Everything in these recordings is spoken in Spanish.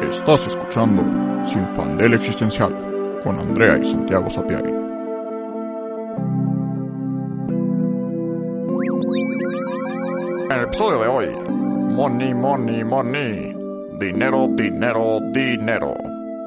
Estás escuchando Sin Fandel Existencial con Andrea y Santiago Sapiari. En el episodio de hoy, money, money, money. Dinero, dinero, dinero.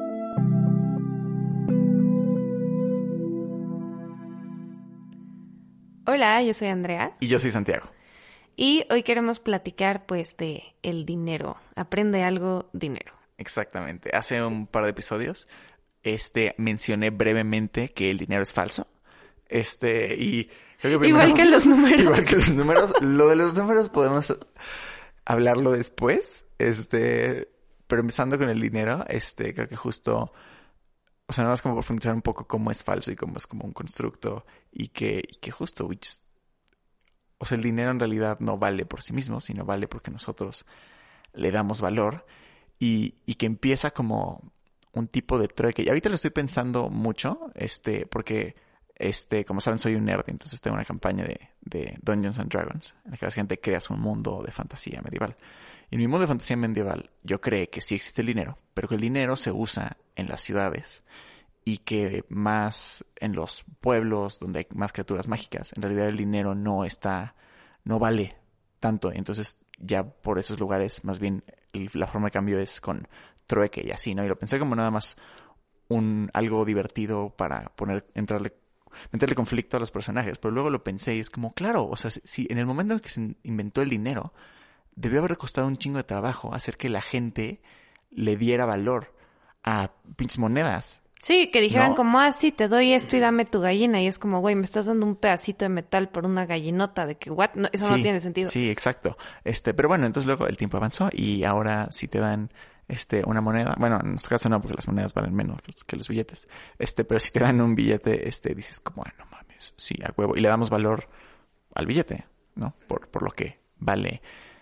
Hola, yo soy Andrea. Y yo soy Santiago. Y hoy queremos platicar, pues, de el dinero. Aprende algo, dinero. Exactamente. Hace un par de episodios, mencioné brevemente que el dinero es falso. Y creo que primero, igual que los números. Igual que los números. Lo de los números podemos hablarlo después. Pero empezando con el dinero, creo que justo, o sea, nada más como profundizar un poco cómo es falso y cómo es como un constructo y que justo, o sea, el dinero en realidad no vale por sí mismo, sino vale porque nosotros le damos valor y que empieza como un tipo de trueque. Y ahorita lo estoy pensando mucho, porque, como saben, soy un nerd, entonces tengo una campaña de Dungeons and Dragons, en la que básicamente creas un mundo de fantasía medieval. Y en mi mundo de fantasía medieval, yo creo que sí existe el dinero, pero que el dinero se usa en las ciudades y que más en los pueblos donde hay más criaturas mágicas, en realidad el dinero no vale tanto. Entonces ya por esos lugares más bien la forma de cambio es con trueque y así, ¿no? Y lo pensé como nada más algo divertido para meterle conflicto a los personajes. Pero luego lo pensé y es como, claro, o sea, si en el momento en que se inventó el dinero, debió haber costado un chingo de trabajo hacer que la gente le diera valor a pinches monedas. Sí, que dijeran, ¿no? Como, sí, te doy esto y dame tu gallina. Y es como, güey, me estás dando un pedacito de metal por una gallinota. De que, ¿what? No, eso no tiene sentido. Sí, exacto. Pero bueno, entonces luego el tiempo avanzó y ahora si te dan una moneda, bueno, en nuestro caso no, porque las monedas valen menos que los billetes. Pero si te dan un billete, dices como, no mames, sí, a huevo. Y le damos valor al billete, ¿no? Por lo que vale,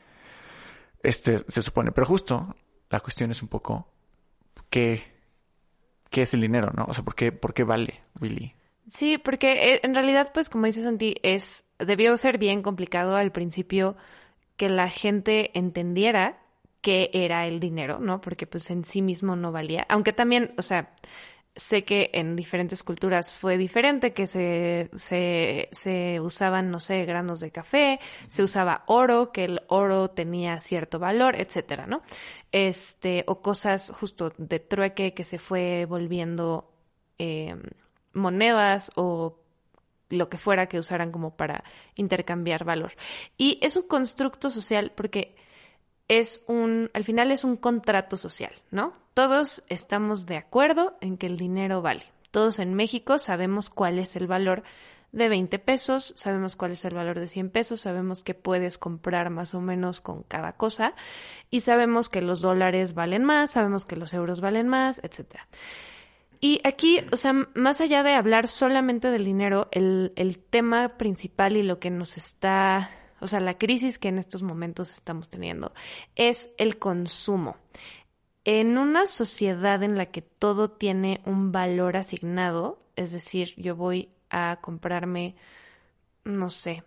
se supone. Pero justo la cuestión es un poco ¿qué es el dinero, no? O sea, ¿por qué vale, really? Sí, porque en realidad, pues, como dice Santi, debió ser bien complicado al principio que la gente entendiera qué era el dinero, ¿no? Porque, pues, en sí mismo no valía. Aunque también, o sea, sé que en diferentes culturas fue diferente, que se usaban, no sé, granos de café, se usaba oro, que el oro tenía cierto valor, etcétera, ¿no? O cosas justo de trueque que se fue volviendo monedas o lo que fuera que usaran como para intercambiar valor. Y es un constructo social porque al final es un contrato social, ¿no? Todos estamos de acuerdo en que el dinero vale. Todos en México sabemos cuál es el valor de 20 pesos, sabemos cuál es el valor de 100 pesos, sabemos que puedes comprar más o menos con cada cosa y sabemos que los dólares valen más, sabemos que los euros valen más, etcétera. Y aquí, o sea, más allá de hablar solamente del dinero, el tema principal y lo que nos está, o sea, la crisis que en estos momentos estamos teniendo es el consumo. En una sociedad en la que todo tiene un valor asignado, es decir, yo voy a comprarme, no sé,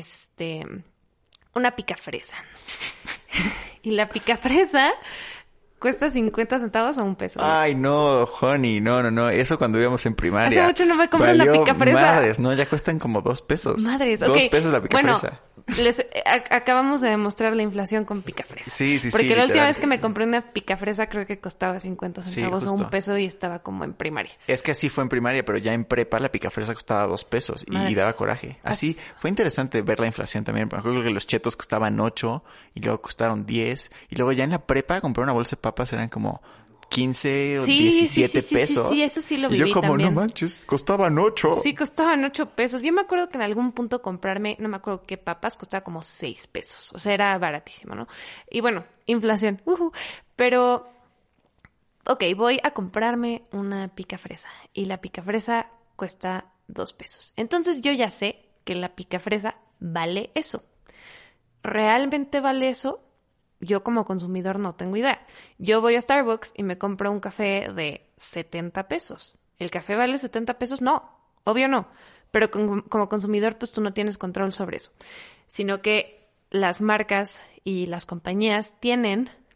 una picafresa. Y la picafresa cuesta 50 centavos o un peso. Ay, no, honey, no. Eso cuando íbamos en primaria. Hace mucho no me compré una picafresa. Madres, no, ya cuestan como 2 pesos. Madres, 2 pesos la picafresa. Bueno, acabamos de demostrar la inflación con picafresa. Sí. Porque la última vez que me compré una picafresa creo que costaba 50 centavos o un peso y estaba como en primaria. Es que así fue en primaria, pero ya en prepa la picafresa costaba 2 pesos y daba coraje. Así fue interesante ver la inflación también. Por ejemplo, que los chetos costaban 8 y luego costaron 10 y luego ya en la prepa comprar una bolsa de papas eran como 15 o 17 pesos. Sí, eso sí lo viví también. Y yo como, también. no manches, costaban 8. Sí, costaban 8 pesos. Yo me acuerdo que en algún punto comprarme, no me acuerdo qué papas, costaba como 6 pesos. O sea, era baratísimo, ¿no? Y bueno, inflación. Pero, ok, voy a comprarme una picafresa. Y la picafresa cuesta 2 pesos. Entonces yo ya sé que la picafresa vale eso. ¿Realmente vale eso? Yo como consumidor no tengo idea. Yo voy a Starbucks y me compro un café de 70 pesos. ¿El café vale 70 pesos? No, obvio no. Pero como consumidor, pues tú no tienes control sobre eso. Sino que las marcas y las compañías tienen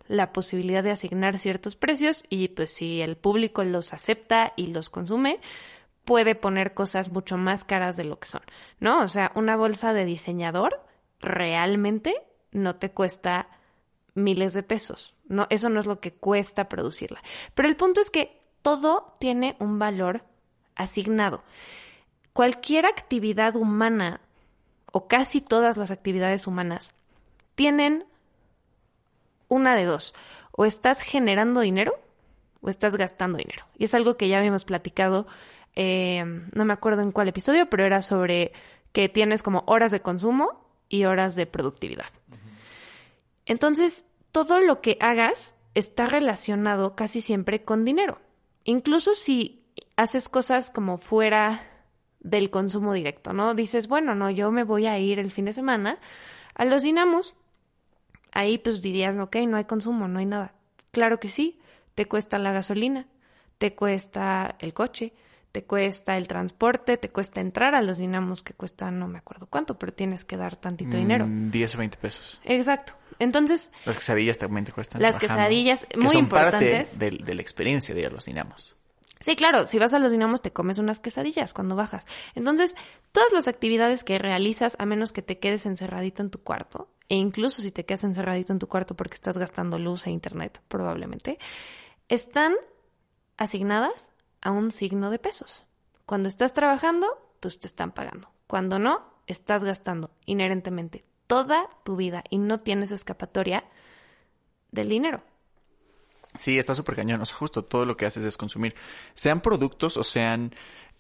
la posibilidad de asignar ciertos precios y pues si el público los acepta y los consume, puede poner cosas mucho más caras de lo que son, ¿no? O sea, una bolsa de diseñador realmente no te cuesta miles de pesos. No, eso no es lo que cuesta producirla. Pero el punto es que todo tiene un valor asignado. Cualquier actividad humana, o casi todas las actividades humanas, tienen una de dos. O estás generando dinero o estás gastando dinero. Y es algo que ya habíamos platicado, no me acuerdo en cuál episodio, pero era sobre que tienes como horas de consumo y horas de productividad. Entonces, todo lo que hagas está relacionado casi siempre con dinero. Incluso si haces cosas como fuera del consumo directo, ¿no? Dices, bueno, no, yo me voy a ir el fin de semana a los Dinamos. Ahí pues dirías, ok, no hay consumo, no hay nada. Claro que sí, te cuesta la gasolina, te cuesta el coche, te cuesta el transporte, te cuesta entrar a los Dinamos, que cuesta no me acuerdo cuánto, pero tienes que dar tantito dinero. 10 o 20 pesos. Exacto. Entonces... Las quesadillas también te cuestan. Las bajando, quesadillas, que muy son importantes. parte de la experiencia de ir a los Dinamos. Sí, claro, si vas a los Dinamos te comes unas quesadillas cuando bajas. Entonces, todas las actividades que realizas, a menos que te quedes encerradito en tu cuarto, e incluso si te quedas encerradito en tu cuarto porque estás gastando luz e internet, probablemente, están asignadas a un signo de pesos. Cuando estás trabajando, pues te están pagando. Cuando no, estás gastando inherentemente toda tu vida y no tienes escapatoria del dinero. Sí, está súper cañón. O sea, justo todo lo que haces es consumir. Sean productos o sean,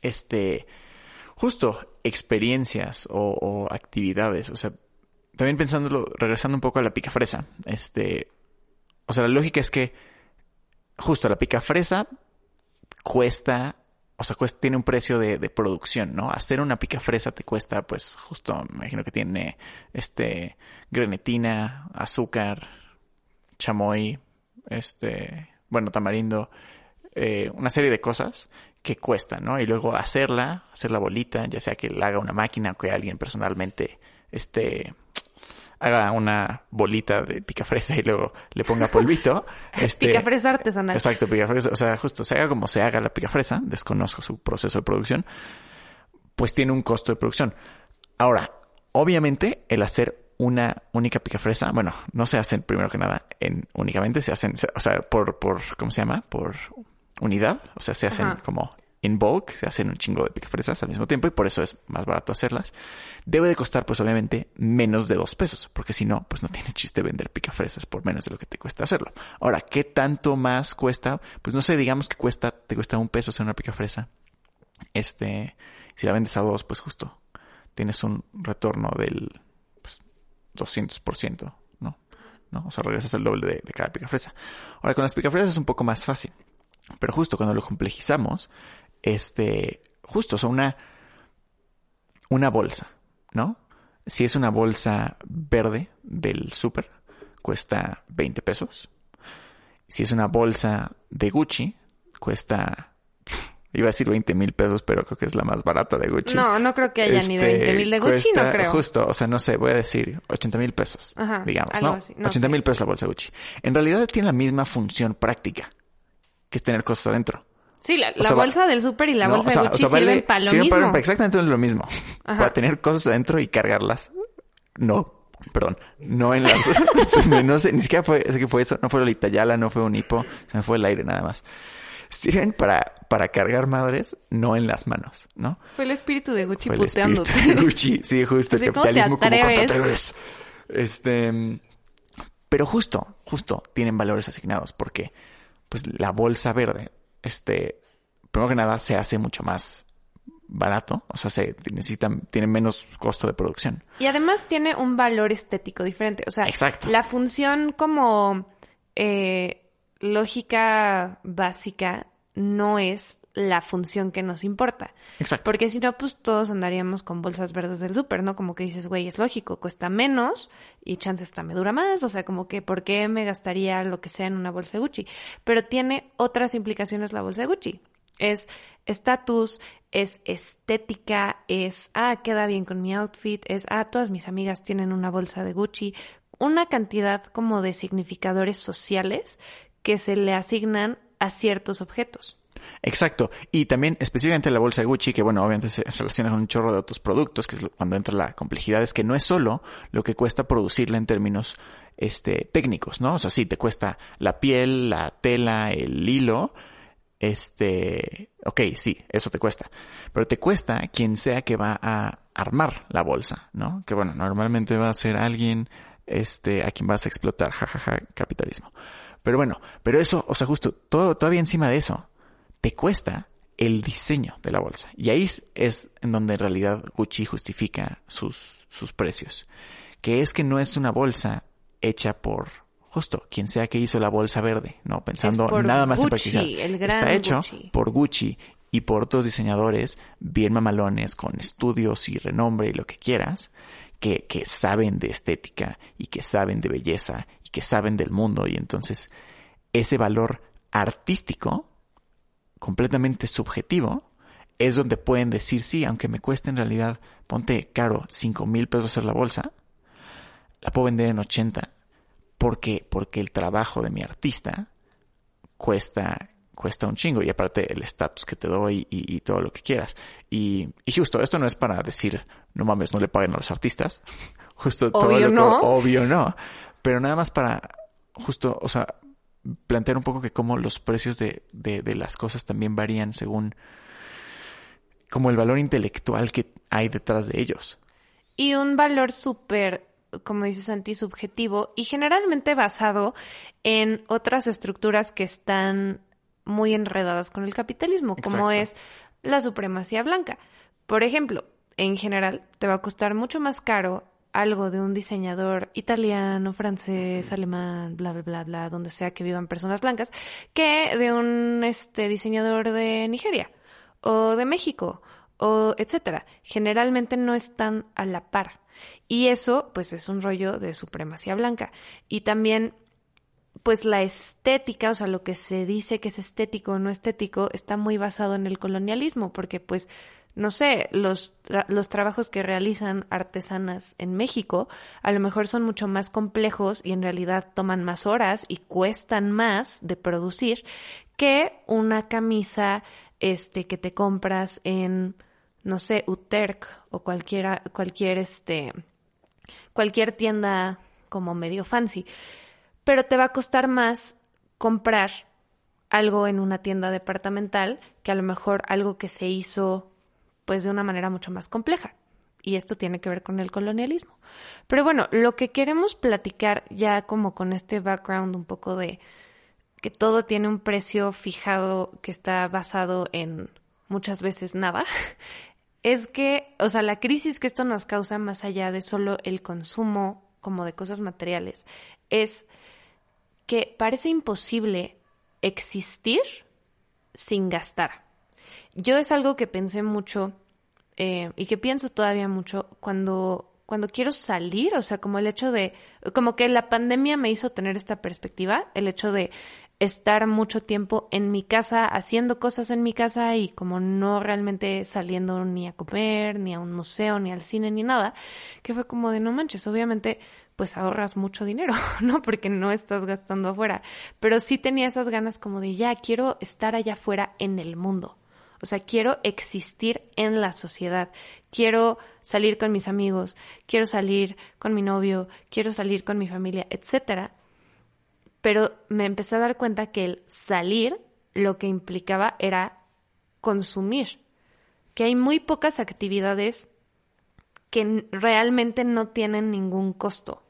justo experiencias o actividades. O sea, también pensándolo, regresando un poco a la picafresa. O sea, la lógica es que justo la picafresa cuesta, tiene un precio de producción, ¿no? Hacer una picafresa te cuesta, pues, justo, me imagino que tiene, grenetina, azúcar, chamoy, bueno, tamarindo, una serie de cosas que cuestan, ¿no? Y luego hacer la bolita, ya sea que la haga una máquina o que alguien personalmente, haga una bolita de picafresa y luego le ponga polvito. Picafresa artesanal. Exacto, picafresa. O sea, justo se haga como se haga la picafresa, desconozco su proceso de producción, pues tiene un costo de producción. Ahora, obviamente, el hacer una única picafresa, bueno, no se hacen primero que nada únicamente, se hacen, o sea, por ¿cómo se llama? Por unidad. O sea, se hacen como in bulk, se hacen un chingo de picafresas al mismo tiempo y por eso es más barato hacerlas. Debe de costar, pues obviamente, menos de 2 pesos, porque si no, pues no tiene chiste vender picafresas por menos de lo que te cuesta hacerlo. Ahora, ¿qué tanto más cuesta? Pues no sé, digamos que te cuesta 1 peso hacer una picafresa. Si la vendes a 2, pues justo tienes un retorno del 200%, ¿no? O sea, regresas el doble de cada picafresa. Ahora, con las picafresas es un poco más fácil. Pero justo cuando lo complejizamos, justo, o sea, una bolsa, ¿no? Si es una bolsa verde del súper, cuesta 20 pesos. Si es una bolsa de Gucci, cuesta, iba a decir 20,000 pesos, pero creo que es la más barata de Gucci. No creo que haya ni de 20,000 de Gucci, cuesta, no creo. Justo, o sea, no sé, voy a decir 80,000 pesos, digamos, algo ¿no? así, no 80,000 pesos la bolsa Gucci. En realidad tiene la misma función práctica, que es tener cosas adentro. Sí, la bolsa del súper y la bolsa de Gucci sirven para lo mismo. Para exactamente lo mismo. Para tener cosas adentro y cargarlas. No en las... no sé, ni siquiera fue eso. No fue Lolita Ayala, no fue un hipo. Se me fue el aire nada más. Sirven para cargar madres, no en las manos, ¿no? Fue el espíritu de Gucci puteándote. Fue el espíritu de Gucci. Sí, justo. El capitalismo como contraatreves. Pero justo tienen valores asignados porque pues la bolsa verde, primero que nada se hace mucho más barato, o sea, tiene menos costo de producción. Y además tiene un valor estético diferente, o sea, exacto. La función como lógica básica no es la función que nos importa. Exacto. Porque si no, pues todos andaríamos con bolsas verdes del súper, ¿no? Como que dices, güey, es lógico, cuesta menos y chance esta me dura más. O sea, como que ¿por qué me gastaría lo que sea en una bolsa de Gucci? Pero tiene otras implicaciones la bolsa de Gucci. Es estatus, es estética, es, queda bien con mi outfit, es, todas mis amigas tienen una bolsa de Gucci. una cantidad como de significadores sociales que se le asignan a ciertos objetos. Exacto. Y también específicamente la bolsa de Gucci, que bueno, obviamente se relaciona con un chorro de otros productos, que es cuando entra la complejidad, es que no es solo lo que cuesta producirla en términos técnicos, ¿no? O sea, sí, te cuesta la piel, la tela, el hilo, ok, sí, eso te cuesta. Pero te cuesta quien sea que va a armar la bolsa, ¿no? Que bueno, normalmente va a ser alguien, a quien vas a explotar, jajaja, capitalismo. Pero bueno, pero eso, o sea, justo, todavía encima de eso, te cuesta el diseño de la bolsa. Y ahí es en donde en realidad Gucci justifica sus precios. Que es que no es una bolsa hecha por justo quien sea que hizo la bolsa verde, ¿no? Pensando nada más en practicidad. Está hecho Gucci. por Gucci y por otros diseñadores bien mamalones, con estudios y renombre y lo que quieras, que saben de estética y que saben de belleza y que saben del mundo. Y entonces ese valor artístico completamente subjetivo, es donde pueden decir, sí, aunque me cueste en realidad, ponte caro, 5,000 pesos hacer la bolsa, la puedo vender en 80, porque el trabajo de mi artista cuesta un chingo, y aparte el estatus que te doy y todo lo que quieras. Y justo, esto no es para decir, no mames, no le paguen a los artistas, justo todo obvio lo que, no. obvio no, pero nada más para, justo, o sea, plantear un poco que cómo los precios de las cosas también varían según como el valor intelectual que hay detrás de ellos. Y un valor súper, como dices, antisubjetivo y generalmente basado en otras estructuras que están muy enredadas con el capitalismo, como es la supremacía blanca. Por ejemplo, en general te va a costar mucho más caro algo de un diseñador italiano, francés, alemán, bla, bla, bla, bla, donde sea que vivan personas blancas, que de un diseñador de Nigeria o de México o etcétera. Generalmente no están a la par. Y eso, pues, es un rollo de supremacía blanca. Y también, pues, la estética, o sea, lo que se dice que es estético o no estético, está muy basado en el colonialismo, porque, pues, no sé, los trabajos que realizan artesanas en México a lo mejor son mucho más complejos y en realidad toman más horas y cuestan más de producir que una camisa que te compras en, no sé, Uterk o cualquier tienda como medio fancy. Pero te va a costar más comprar algo en una tienda departamental que a lo mejor algo que se hizo pues de una manera mucho más compleja. Y esto tiene que ver con el colonialismo. Pero bueno, lo que queremos platicar ya como con este background un poco de que todo tiene un precio fijado que está basado en muchas veces nada, es que, o sea, la crisis que esto nos causa más allá de solo el consumo como de cosas materiales, es que parece imposible existir sin gastar. Yo es algo que pensé mucho y que pienso todavía mucho cuando quiero salir, o sea, como el hecho de, como que la pandemia me hizo tener esta perspectiva, el hecho de estar mucho tiempo en mi casa, haciendo cosas en mi casa y como no realmente saliendo ni a comer, ni a un museo, ni al cine, ni nada, que fue como de no manches, obviamente pues ahorras mucho dinero, ¿no? Porque no estás gastando afuera, pero sí tenía esas ganas como de ya, quiero estar allá afuera en el mundo. O sea, quiero existir en la sociedad, quiero salir con mis amigos, quiero salir con mi novio, quiero salir con mi familia, etcétera. Pero me empecé a dar cuenta que el salir lo que implicaba era consumir, que hay muy pocas actividades que realmente no tienen ningún costo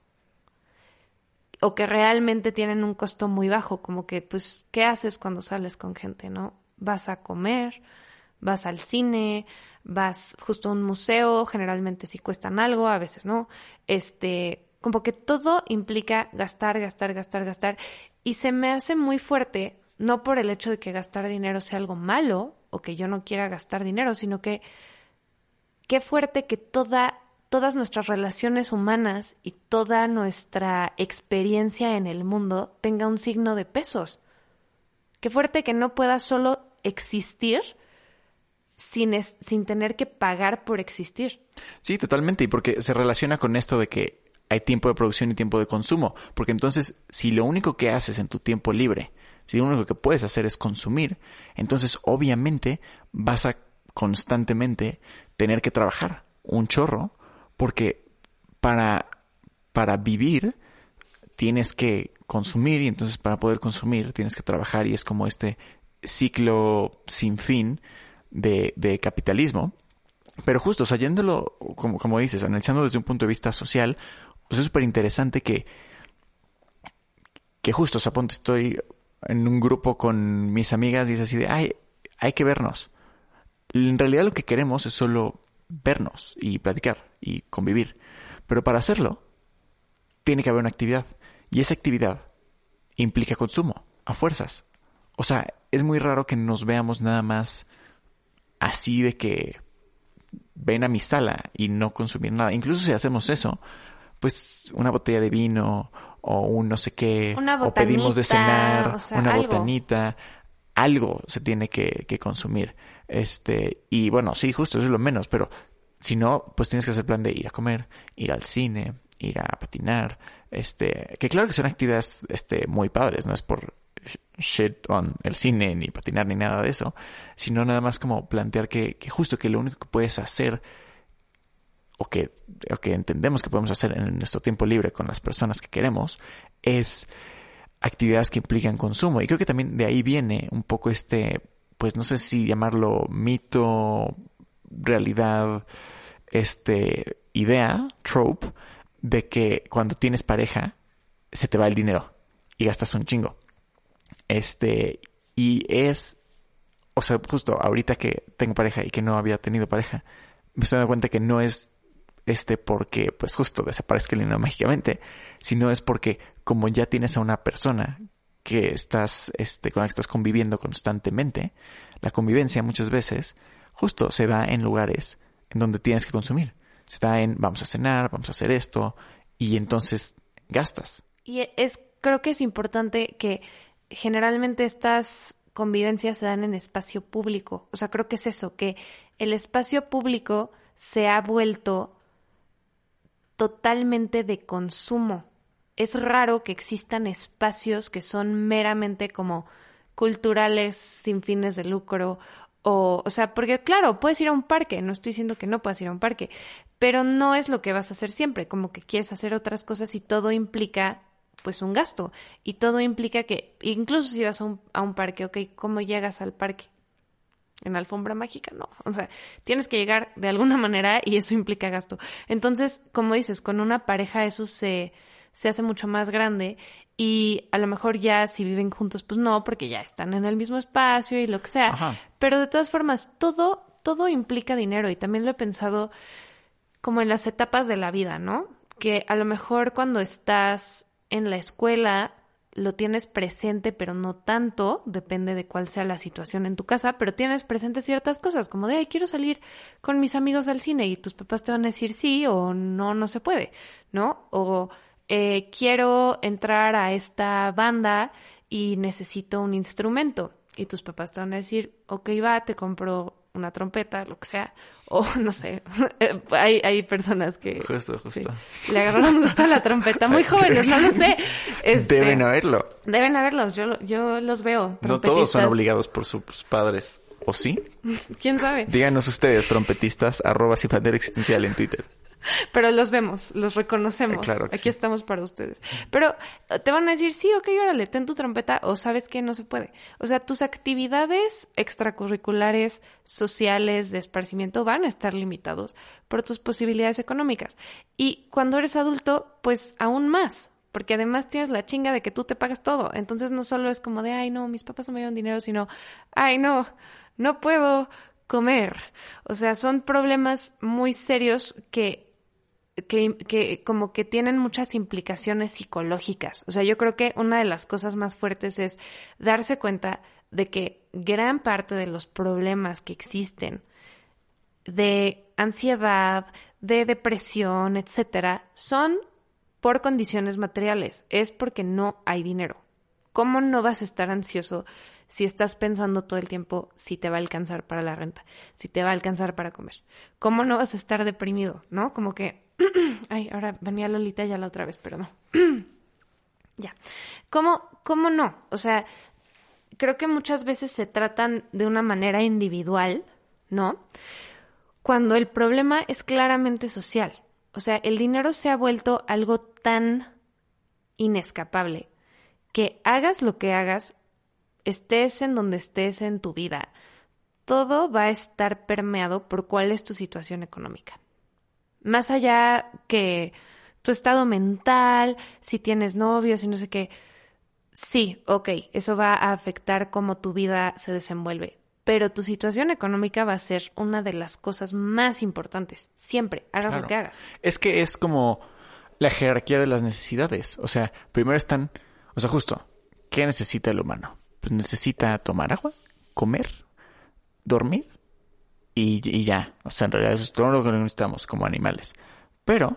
o que realmente tienen un costo muy bajo, como que, pues, ¿qué haces cuando sales con gente, no? Vas a comer, vas al cine, vas justo a un museo, generalmente sí cuestan algo, a veces no. Como que todo implica gastar, gastar, gastar, gastar. Y se me hace muy fuerte, no por el hecho de que gastar dinero sea algo malo o que yo no quiera gastar dinero, sino que qué fuerte que todas nuestras relaciones humanas y toda nuestra experiencia en el mundo tenga un signo de pesos. Qué fuerte que no pueda solo existir sin tener que pagar por existir. Sí, totalmente. Y porque se relaciona con esto de que hay tiempo de producción y tiempo de consumo. Porque entonces, si lo único que haces en tu tiempo libre, si lo único que puedes hacer es consumir, entonces obviamente vas a constantemente tener que trabajar un chorro, porque para vivir tienes que consumir, y entonces para poder consumir tienes que trabajar, y es como este ciclo sin fin de capitalismo. Pero justo, o sea, yéndolo, como dices, analizando desde un punto de vista social, pues es súper interesante que justo, o sea, ponte, estoy en un grupo con mis amigas y es así de, hay que vernos. En realidad lo que queremos es solo vernos y platicar y convivir. Pero para hacerlo, tiene que haber una actividad. Y esa actividad implica consumo, a fuerzas. O sea, es muy raro que nos veamos nada más así de que ven a mi sala y no consumir nada. Incluso si hacemos eso, pues una botella de vino o un no sé qué, o pedimos de cenar, o sea, una botanita, algo se tiene que consumir. Y bueno, sí, justo, eso es lo menos, pero si no, pues tienes que hacer plan de ir a comer, ir al cine, ir a patinar, que claro que son actividades, muy padres, no es por shit on el cine, ni patinar, ni nada de eso, sino nada más como plantear que justo que lo único que puedes hacer, o que entendemos que podemos hacer en nuestro tiempo libre con las personas que queremos, es actividades que implican consumo. Y creo que también de ahí viene un poco pues no sé si llamarlo mito, realidad, idea, trope, de que cuando tienes pareja se te va el dinero y gastas un chingo. Y o sea, justo ahorita que tengo pareja y que no había tenido pareja, me estoy dando cuenta que no es porque pues justo desaparezca el dinero mágicamente, sino es porque como ya tienes a una persona que estás, con la que estás conviviendo constantemente, la convivencia muchas veces justo se da en lugares en donde tienes que consumir. Se da en vamos a cenar, vamos a hacer esto, y entonces gastas. Y creo que es importante que generalmente estas convivencias se dan en espacio público. O sea, creo que es eso, que el espacio público se ha vuelto totalmente de consumo. Es raro que existan espacios que son meramente como culturales, sin fines de lucro, o sea, porque claro, puedes ir a un parque, no estoy diciendo que no puedas ir a un parque, pero no es lo que vas a hacer siempre, como que quieres hacer otras cosas y todo implica pues un gasto, y todo implica que, incluso si vas a un parque, ok, ¿cómo llegas al parque? ¿En alfombra mágica? No, o sea, tienes que llegar de alguna manera y eso implica gasto. Entonces, como dices, con una pareja eso se hace mucho más grande, y a lo mejor ya si viven juntos, pues no, porque ya están en el mismo espacio y lo que sea. Ajá. Pero de todas formas, todo implica dinero, y también lo he pensado como en las etapas de la vida, ¿no? Que a lo mejor cuando estás en la escuela lo tienes presente, pero no tanto, depende de cuál sea la situación en tu casa, pero tienes presente ciertas cosas, como de, ay, quiero salir con mis amigos al cine, y tus papás te van a decir sí o no, no se puede, ¿no? O quiero entrar a esta banda y necesito un instrumento, y tus papás te van a decir, ok, va, te compro una trompeta, lo que sea, o no sé, hay personas que Justo. sí, le agarraron gusto a la trompeta, muy jóvenes, no lo sé. Deben haberlo. Deben haberlos, yo los veo. No todos son obligados por sus padres, ¿o sí? ¿Quién sabe? Díganos ustedes, trompetistas, @cifanderoexistencial en Twitter. Pero los vemos, los reconocemos. Claro que Aquí sí. estamos para ustedes. Pero te van a decir, sí, ok, órale, ten tu trompeta, o sabes que no se puede. O sea, tus actividades extracurriculares, sociales, de esparcimiento van a estar limitados por tus posibilidades económicas. Y cuando eres adulto, pues aún más. Porque además tienes la chinga de que tú te pagas todo. Entonces no solo es como de, ay, no, mis papás no me dieron dinero, sino, ay, no puedo comer. O sea, son problemas muy serios que como que tienen muchas implicaciones psicológicas. O sea, yo creo que una de las cosas más fuertes es darse cuenta de que gran parte de los problemas que existen de ansiedad, de depresión, etcétera, son por condiciones materiales. Es porque no hay dinero. ¿Cómo no vas a estar ansioso si estás pensando todo el tiempo si te va a alcanzar para la renta, si te va a alcanzar para comer? ¿Cómo no vas a estar deprimido, no? Como que Ay, ahora venía Lolita ya la otra vez, pero no. Ya. ¿Cómo no? O sea, creo que muchas veces se tratan de una manera individual, ¿no? Cuando el problema es claramente social. O sea, el dinero se ha vuelto algo tan inescapable que hagas lo que hagas, estés en donde estés en tu vida, todo va a estar permeado por cuál es tu situación económica. Más allá que tu estado mental, si tienes novios y no sé qué, sí, ok, eso va a afectar cómo tu vida se desenvuelve. Pero tu situación económica va a ser una de las cosas más importantes. Siempre, hagas Claro. lo que hagas. Es que es como la jerarquía de las necesidades. O sea, primero están, o sea, justo, ¿qué necesita el humano? Pues necesita tomar agua, comer, dormir y ya. O sea, en realidad eso es todo lo que necesitamos como animales. Pero,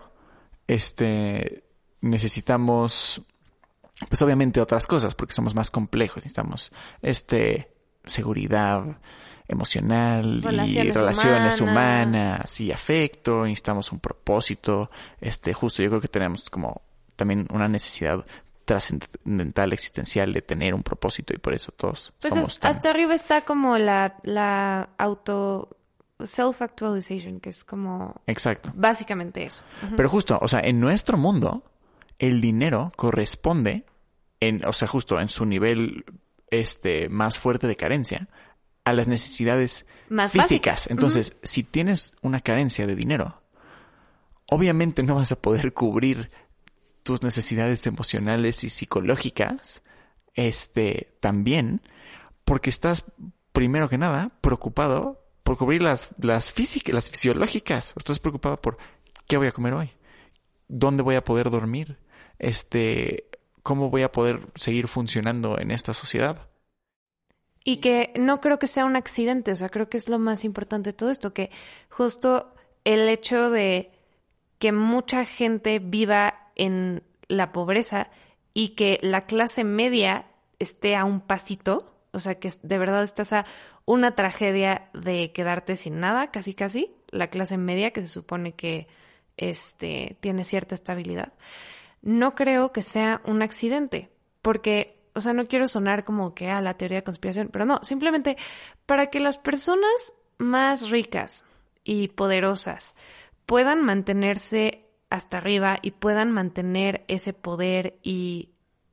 necesitamos, pues obviamente otras cosas, porque somos más complejos. Necesitamos, seguridad emocional y relaciones humanas y afecto. Necesitamos un propósito. Justo yo creo que tenemos como también una necesidad trascendental, existencial de tener un propósito y por eso todos Pues somos tan... hasta arriba está como la self-actualization, que es como Exacto. básicamente eso. Uh-huh. Pero justo, o sea, en nuestro mundo, el dinero corresponde, o sea, justo en su nivel más fuerte de carencia, a las necesidades más físicas. básicas. Entonces, si tienes una carencia de dinero, obviamente no vas a poder cubrir tus necesidades emocionales y psicológicas, también, porque estás, primero que nada, preocupado por cubrir las fisiológicas. Estás preocupado por qué voy a comer hoy, dónde voy a poder dormir, cómo voy a poder seguir funcionando en esta sociedad. Y que no creo que sea un accidente, o sea, creo que es lo más importante de todo esto, que justo el hecho de que mucha gente viva en la pobreza y que la clase media esté a un pasito, o sea, que de verdad estás a una tragedia de quedarte sin nada, casi casi, la clase media que se supone que tiene cierta estabilidad. No creo que sea un accidente, porque, o sea, no quiero sonar como que la teoría de conspiración, pero no, simplemente para que las personas más ricas y poderosas puedan mantenerse hasta arriba y puedan mantener ese poder y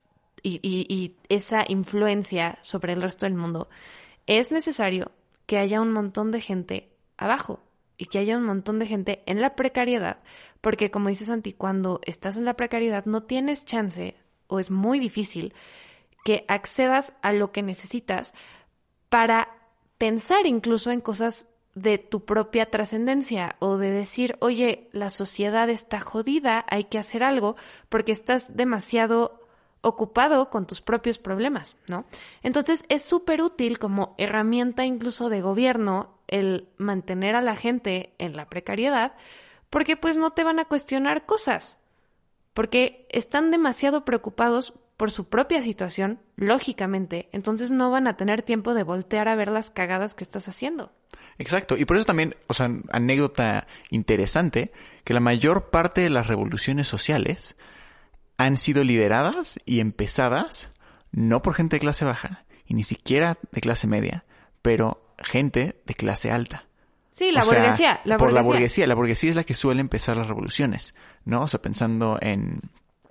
esa influencia sobre el resto del mundo, es necesario que haya un montón de gente abajo y que haya un montón de gente en la precariedad, porque como dice Santi, cuando estás en la precariedad no tienes chance o es muy difícil que accedas a lo que necesitas para pensar incluso en cosas de tu propia trascendencia o de decir, oye, la sociedad está jodida, hay que hacer algo porque estás demasiado ocupado con tus propios problemas, ¿no? Entonces es súper útil como herramienta incluso de gobierno el mantener a la gente en la precariedad porque pues no te van a cuestionar cosas, porque están demasiado preocupados por su propia situación, lógicamente, entonces no van a tener tiempo de voltear a ver las cagadas que estás haciendo. Exacto, y por eso también, o sea, anécdota interesante, que la mayor parte de las revoluciones sociales han sido lideradas y empezadas no por gente de clase baja, y ni siquiera de clase media, pero gente de clase alta. Sí, la burguesía. La burguesía es la que suele empezar las revoluciones, ¿no? O sea, pensando en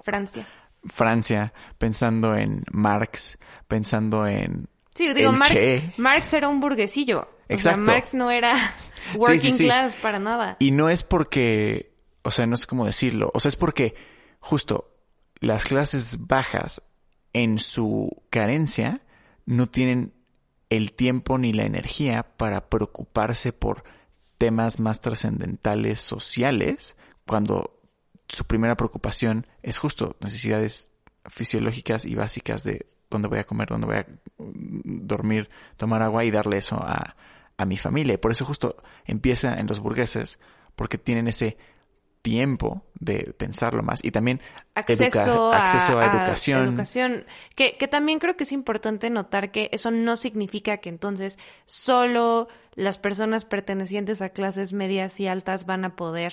Francia, pensando en Marx, pensando en sí, digo, Marx era un burguesillo. Exacto. O sea, Marx no era working class para nada. Y no es porque, o sea, no sé cómo decirlo, o sea, es porque justo las clases bajas en su carencia no tienen el tiempo ni la energía para preocuparse por temas más trascendentales sociales cuando su primera preocupación es justo necesidades fisiológicas y básicas de dónde voy a comer, dónde voy a dormir, tomar agua y darle eso a mi familia. Y por eso justo empieza en los burgueses, porque tienen ese tiempo de pensarlo más y también acceso a educación. Que también creo que es importante notar que eso no significa que entonces solo las personas pertenecientes a clases medias y altas van a poder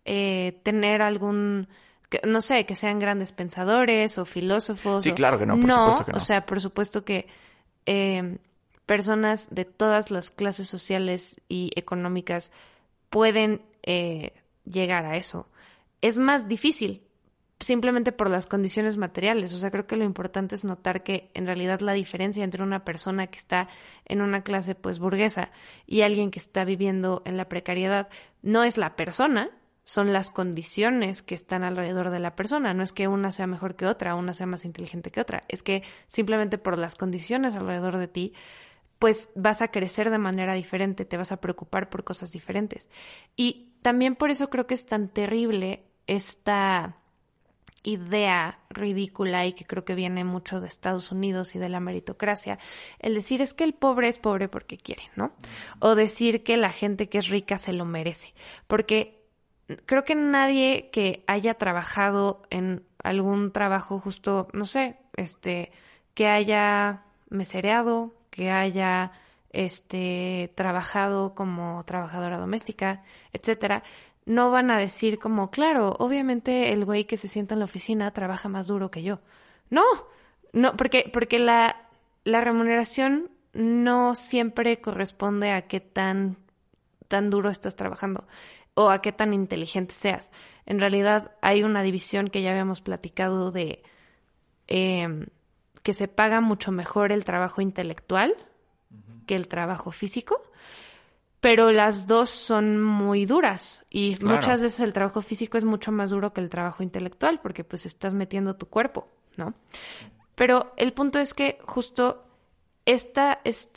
tener algún, no sé, que sean grandes pensadores o filósofos. Sí, claro que no, por supuesto que no. O sea, por supuesto que personas de todas las clases sociales y económicas pueden llegar a eso. Es más difícil, simplemente por las condiciones materiales. O sea, creo que lo importante es notar que en realidad la diferencia entre una persona que está en una clase pues burguesa y alguien que está viviendo en la precariedad no es la persona, son las condiciones que están alrededor de la persona. No es que una sea mejor que otra, una sea más inteligente que otra. Es que simplemente por las condiciones alrededor de ti, pues vas a crecer de manera diferente, te vas a preocupar por cosas diferentes. Y también por eso creo que es tan terrible esta idea ridícula y que creo que viene mucho de Estados Unidos y de la meritocracia, el decir es que el pobre es pobre porque quiere, ¿no? O decir que la gente que es rica se lo merece, porque creo que nadie que haya trabajado en algún trabajo justo, no sé, que haya mesereado, que haya trabajado como trabajadora doméstica, etcétera, no van a decir como, claro, obviamente el güey que se sienta en la oficina trabaja más duro que yo. No, porque la remuneración no siempre corresponde a qué tan duro estás trabajando o a qué tan inteligente seas. En realidad hay una división que ya habíamos platicado de que se paga mucho mejor el trabajo intelectual que el trabajo físico. Pero las dos son muy duras y Claro. Muchas veces el trabajo físico es mucho más duro que el trabajo intelectual porque pues estás metiendo tu cuerpo, ¿no? Pero el punto es que justo esta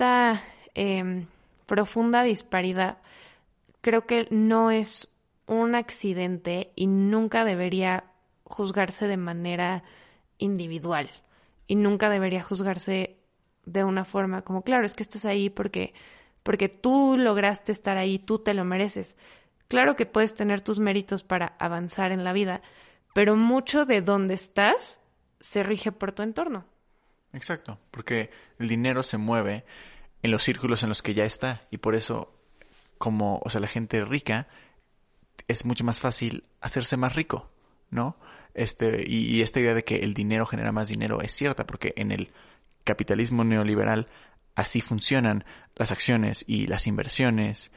profunda disparidad creo que no es un accidente y nunca debería juzgarse de manera individual y nunca debería juzgarse de una forma como, claro, es que estás ahí porque tú lograste estar ahí, tú te lo mereces. Claro que puedes tener tus méritos para avanzar en la vida, pero mucho de donde estás se rige por tu entorno. Exacto, porque el dinero se mueve en los círculos en los que ya está y por eso, la gente rica es mucho más fácil hacerse más rico, ¿no? Y esta idea de que el dinero genera más dinero es cierta porque en el capitalismo neoliberal así funcionan las acciones y las inversiones,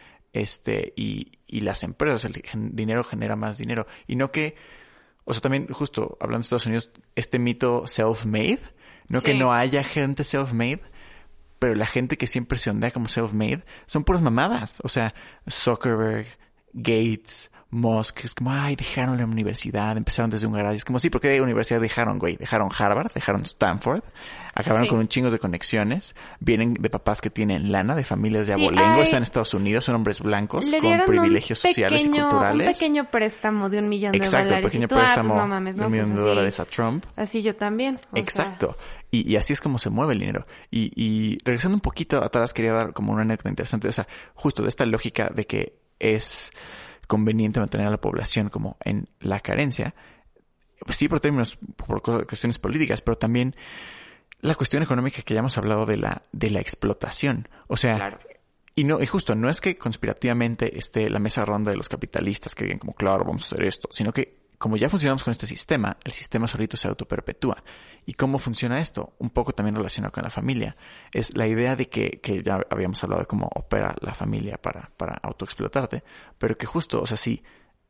y las empresas. El dinero genera más dinero. Y no que, también justo hablando de Estados Unidos, este mito self-made, no Sí. que no haya gente self-made, pero la gente que siempre se ondea como self-made son puras mamadas. O sea, Zuckerberg, Gates, Musk, es como, ay, dejaron la universidad, empezaron desde un garaje. Es como, sí, ¿por qué universidad dejaron, güey? Dejaron Harvard, dejaron Stanford, acabaron Sí. con un chingo de conexiones, vienen de papás que tienen lana, de familias de Sí, abolengo, ay, están en Estados Unidos, son hombres blancos Le con dieron privilegios sociales y culturales. un pequeño préstamo de $1 millón Exacto, dólares. pequeño Y tú, préstamo pues no mames, de ¿no? $1 millón Pues de así- dólares a Trump. Así yo también. O Exacto. Y así es como se mueve el dinero. Y regresando un poquito atrás, quería dar como una anécdota interesante. O sea, justo de esta lógica de que es conveniente mantener a la población como en la carencia. Pues sí, por cuestiones políticas, pero también la cuestión económica que ya hemos hablado de la explotación. O sea, Claro. y justo, no es que conspirativamente esté la mesa ronda de los capitalistas que digan como, claro, vamos a hacer esto, sino que como ya funcionamos con este sistema, el sistema solito se autoperpetúa. ¿Y cómo funciona esto? Un poco también relacionado con la familia. Es la idea de que ya habíamos hablado de cómo opera la familia para autoexplotarte, pero que justo, si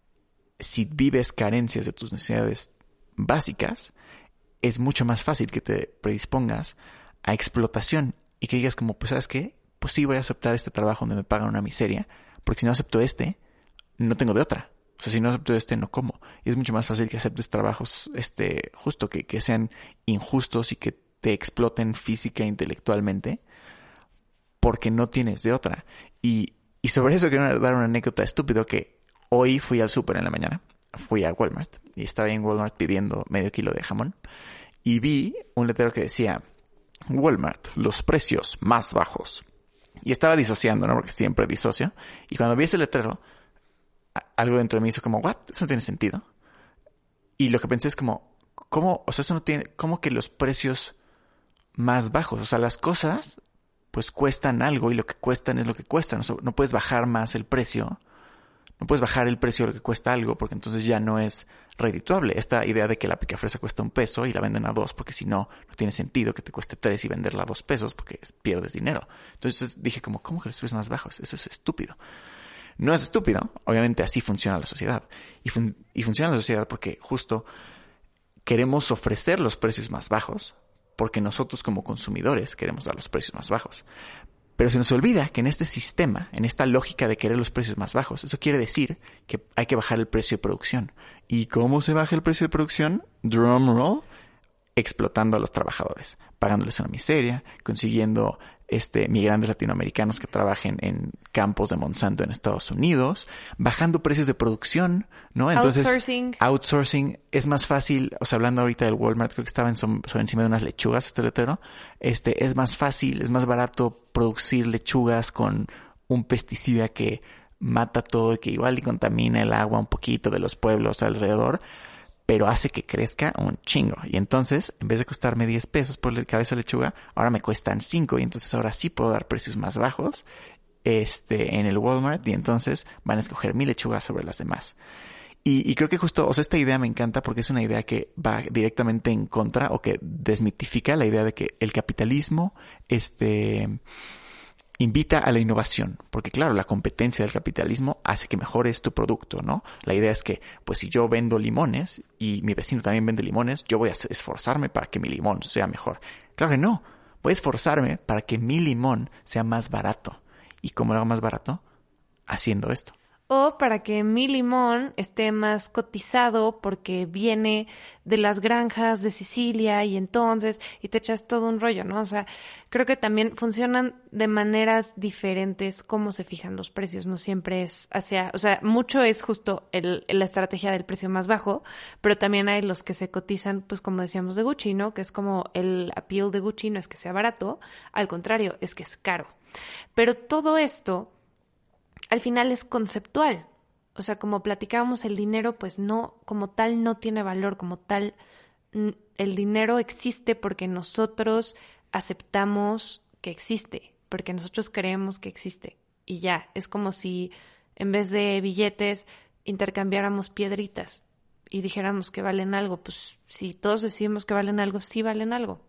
vives carencias de tus necesidades básicas, es mucho más fácil que te predispongas a explotación y que digas como, pues, ¿sabes qué? Pues sí, voy a aceptar este trabajo donde me pagan una miseria, porque si no acepto no tengo de otra. O sea, si no acepto no como. Y es mucho más fácil que aceptes trabajos, justo que sean injustos y que te exploten física e intelectualmente, porque no tienes de otra. Y sobre eso quiero dar una anécdota estúpida que hoy fui al súper en la mañana. Fui a Walmart y estaba en Walmart pidiendo medio kilo de jamón y vi un letrero que decía Walmart, los precios más bajos. Y estaba disociando, ¿no? Porque siempre disocio. Y cuando vi ese letrero, algo dentro de mí hizo como, ¿what? Eso no tiene sentido. Y lo que pensé es como, ¿cómo? O sea, eso no tiene, ¿cómo que los precios más bajos? O sea, las cosas, pues cuestan algo y lo que cuestan es lo que cuestan. O sea, no puedes bajar más el precio No puedes bajar el precio de lo que cuesta algo porque entonces ya no es redituable. Esta idea de que la picafresa cuesta $1 y la venden a $2 porque si no, no tiene sentido que te cueste 3 y venderla a $2 porque pierdes dinero. Entonces dije como, ¿cómo que los precios más bajos? Eso es estúpido. No es estúpido. Obviamente así funciona la sociedad. Y funciona la sociedad porque justo queremos ofrecer los precios más bajos porque nosotros como consumidores queremos dar los precios más bajos. Pero se nos olvida que en este sistema, en esta lógica de querer los precios más bajos, eso quiere decir que hay que bajar el precio de producción. ¿Y cómo se baja el precio de producción? Drum roll. Explotando a los trabajadores, pagándoles una miseria, consiguiendo migrantes latinoamericanos que trabajen en campos de Monsanto en Estados Unidos, bajando precios de producción, ¿no? Entonces, outsourcing es más fácil, o sea, hablando ahorita del Walmart, creo que estaba sobre encima de unas lechugas este letrero, es más fácil, es más barato producir lechugas con un pesticida que mata todo y que igual y contamina el agua un poquito de los pueblos alrededor, pero hace que crezca un chingo. Y entonces, en vez de costarme $10 por la cabeza de lechuga, ahora me cuestan 5 y entonces ahora sí puedo dar precios más bajos en el Walmart y entonces van a escoger mi lechuga sobre las demás. Y creo que justo, o sea, esta idea me encanta porque es una idea que va directamente en contra o que desmitifica la idea de que el capitalismo, invita a la innovación, porque claro, la competencia del capitalismo hace que mejores tu producto, ¿no? La idea es que, pues si yo vendo limones y mi vecino también vende limones, yo voy a esforzarme para que mi limón sea mejor. Claro que no, voy a esforzarme para que mi limón sea más barato. ¿Y cómo lo hago más barato? Haciendo esto. O para que mi limón esté más cotizado porque viene de las granjas de Sicilia y entonces, y te echas todo un rollo, ¿no? O sea, creo que también funcionan de maneras diferentes cómo se fijan los precios, no siempre es o sea, mucho es justo la estrategia del precio más bajo, pero también hay los que se cotizan, pues como decíamos de Gucci, ¿no? Que es como el appeal de Gucci no es que sea barato, al contrario, es que es caro. Pero todo esto al final es conceptual. O sea, como platicábamos, el dinero pues no, como tal no tiene valor, como tal el dinero existe porque nosotros aceptamos que existe, porque nosotros creemos que existe. Y ya, es como si en vez de billetes intercambiáramos piedritas y dijéramos que valen algo. Pues si todos decidimos que valen algo, sí valen algo.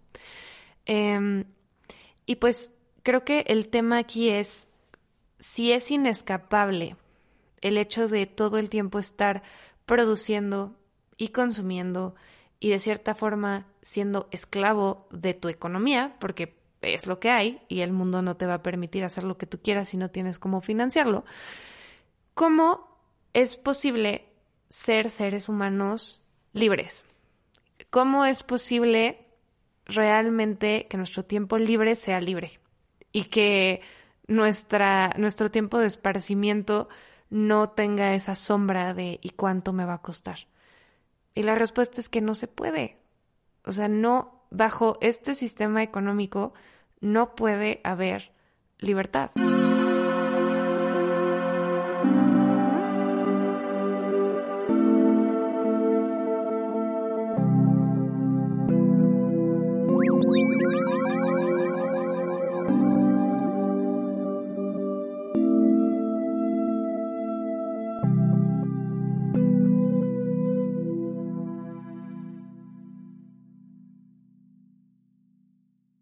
Y pues creo que el tema aquí es si es inescapable el hecho de todo el tiempo estar produciendo y consumiendo y de cierta forma siendo esclavo de tu economía, porque es lo que hay y el mundo no te va a permitir hacer lo que tú quieras si no tienes cómo financiarlo, ¿cómo es posible ser seres humanos libres? ¿Cómo es posible realmente que nuestro tiempo libre sea libre? Y que nuestro tiempo de esparcimiento no tenga esa sombra de ¿y cuánto me va a costar? Y la respuesta es que no se puede. O sea, no, bajo este sistema económico no puede haber libertad.